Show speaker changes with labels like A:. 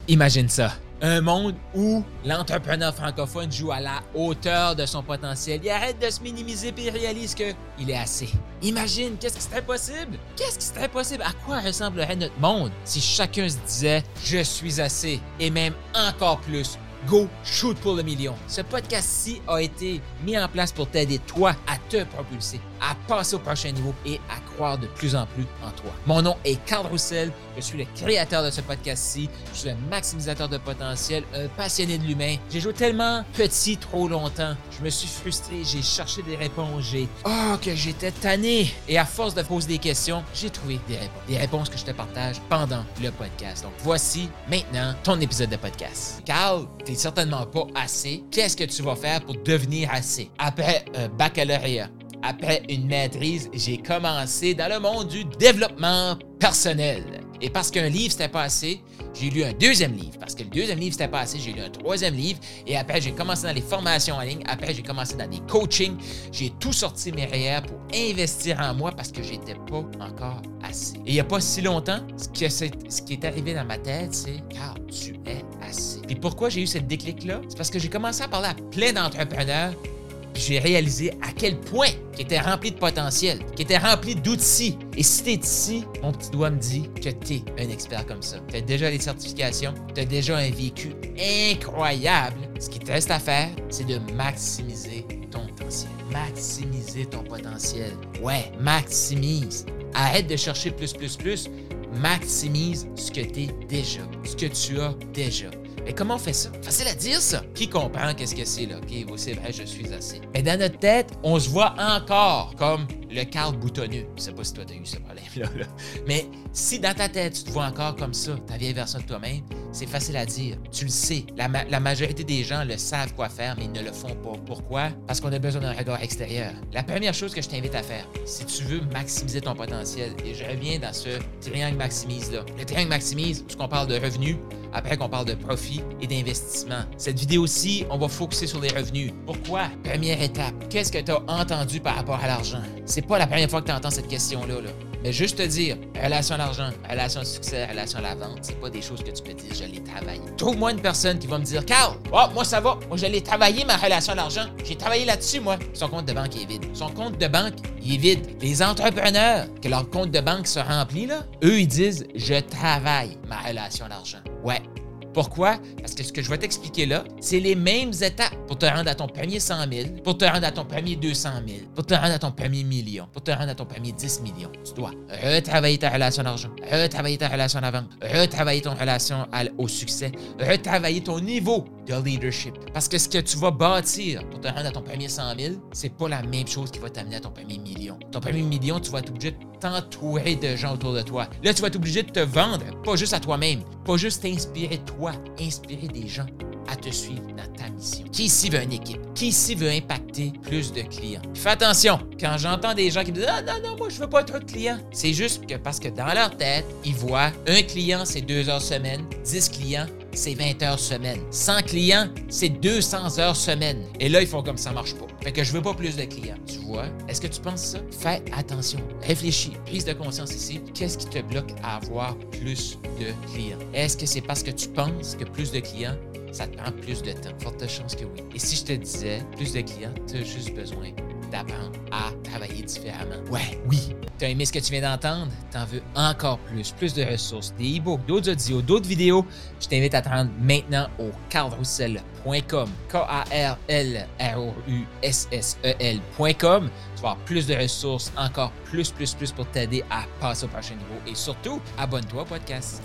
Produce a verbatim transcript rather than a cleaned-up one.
A: Imagine ça. Un monde où l'entrepreneur francophone joue à la hauteur de son potentiel. Il arrête de se minimiser et il réalise qu'il est assez. Imagine, qu'est-ce qui serait possible? Qu'est-ce qui serait possible? À quoi ressemblerait notre monde si chacun se disait « Je suis assez » et même encore plus. Go, shoot pour le million. Ce podcast-ci a été mis en place pour t'aider, toi, à te propulser, à passer au prochain niveau et à croire de plus en plus en toi. Mon nom est Carl Roussel, je suis le créateur de ce podcast-ci, je suis un maximisateur de potentiel, un passionné de l'humain. J'ai joué tellement petit trop longtemps, je me suis frustré, j'ai cherché des réponses, j'ai... Oh, que j'étais tanné! Et à force de poser des questions, j'ai trouvé des réponses. Des réponses que je te partage pendant le podcast. Donc voici maintenant ton épisode de podcast. Carl, t'es certainement pas assez. Qu'est-ce que tu vas faire pour devenir assez? Après un baccalauréat, après une maîtrise, j'ai commencé dans le monde du développement personnel. Et parce qu'un livre, c'était pas assez, j'ai lu un deuxième livre. Parce que le deuxième livre, c'était pas assez, j'ai lu un troisième livre. Et après, j'ai commencé dans les formations en ligne. Après, j'ai commencé dans des coachings. J'ai tout sorti mes R E E R pour investir en moi parce que j'étais pas encore assez. Et il n'y a pas si longtemps, ce qui, est, ce qui est arrivé dans ma tête, c'est « Carl, tu es assez ». Puis pourquoi j'ai eu cette déclic-là? C'est parce que j'ai commencé à parler à plein d'entrepreneurs. Puis j'ai réalisé à quel point qui était rempli de potentiel, qui était rempli d'outils. Et si t'es ici, mon petit doigt me dit que t'es un expert comme ça. T'as déjà les certifications, t'as déjà un vécu incroyable. Ce qui te reste à faire, c'est de maximiser ton potentiel. Maximiser ton potentiel. Ouais, maximise. Arrête de chercher plus, plus, plus. Maximise ce que t'es déjà, ce que tu as déjà. Mais comment on fait ça? Facile à dire, ça. Qui comprend qu'est-ce que c'est, là? OK, c'est vrai, je suis assez. Mais dans notre tête, on se voit encore comme le Carl boutonneux. Je sais pas si toi, t'as eu ce problème-là. Là. Mais si dans ta tête, tu te vois encore comme ça, ta vieille version de toi-même, c'est facile à dire. Tu le sais. La, ma- la majorité des gens le savent quoi faire, mais ils ne le font pas. Pourquoi? Parce qu'on a besoin d'un regard extérieur. La première chose que je t'invite à faire, si tu veux maximiser ton potentiel, et je reviens dans ce triangle maximise-là. Le triangle maximise, où on parle de revenus, après qu'on parle de profit et d'investissement. Cette vidéo-ci, on va focuser sur les revenus. Pourquoi? Première étape, qu'est-ce que tu as entendu par rapport à l'argent? C'est pas la première fois que tu entends cette question-là, là. Mais juste te dire, relation à l'argent, relation au succès, relation à la vente, c'est pas des choses que tu peux dire, je l'ai travaillé. Trouve-moi une personne qui va me dire, Carl, oh, moi ça va, moi je l'ai travaillé ma relation à l'argent, j'ai travaillé là-dessus, moi. Son compte de banque est vide. Son compte de banque, il est vide. Les entrepreneurs, que leur compte de banque se remplit, là, eux, ils disent, je travaille ma relation à l'argent. Ouais. Pourquoi? Parce que ce que je vais t'expliquer là, c'est les mêmes étapes pour te rendre à ton premier cent mille, pour te rendre à ton premier deux cent mille, pour te rendre à ton premier million, pour te rendre à ton premier dix millions. Tu dois retravailler ta relation à l'argent, retravailler ta relation à la vente, retravailler ton relation à, au succès, retravailler ton niveau de leadership. Parce que ce que tu vas bâtir pour te rendre à ton premier cent mille, c'est pas la même chose qui va t'amener à ton premier million. Ton premier million, tu vas être obligé de t'entourer de gens autour de toi. Là, tu vas être obligé de te vendre, pas juste à toi-même, pas juste t'inspirer de toi, inspirer des gens à te suivre dans ta mission. Qui ici veut une équipe? Qui ici veut impacter plus de clients? Puis fais attention, quand j'entends des gens qui me disent « Ah non, non, moi, je veux pas trop de clients », c'est juste que parce que dans leur tête, ils voient un client, c'est deux heures semaine, dix clients, c'est vingt heures semaine. cent clients, c'est deux cents heures semaine. Et là, ils font comme ça marche pas. Fait que je veux pas plus de clients. Tu vois? Est-ce que tu penses ça? Fais attention. Réfléchis. Prise de conscience ici. Qu'est-ce qui te bloque à avoir plus de clients? Est-ce que c'est parce que tu penses que plus de clients, ça te prend plus de temps? Forte chance que oui. Et si je te disais plus de clients, tu as juste besoin d'apprendre à travailler différemment. Ouais, oui. T'as aimé ce que tu viens d'entendre? T'en veux encore plus, plus de ressources, des e-books, d'autres audios, d'autres vidéos? Je t'invite à te rendre maintenant au carl roussel point com, K A R L R O U S S E L point com. Tu vas avoir plus de ressources, encore plus, plus, plus pour t'aider à passer au prochain niveau. Et surtout, abonne-toi au podcast.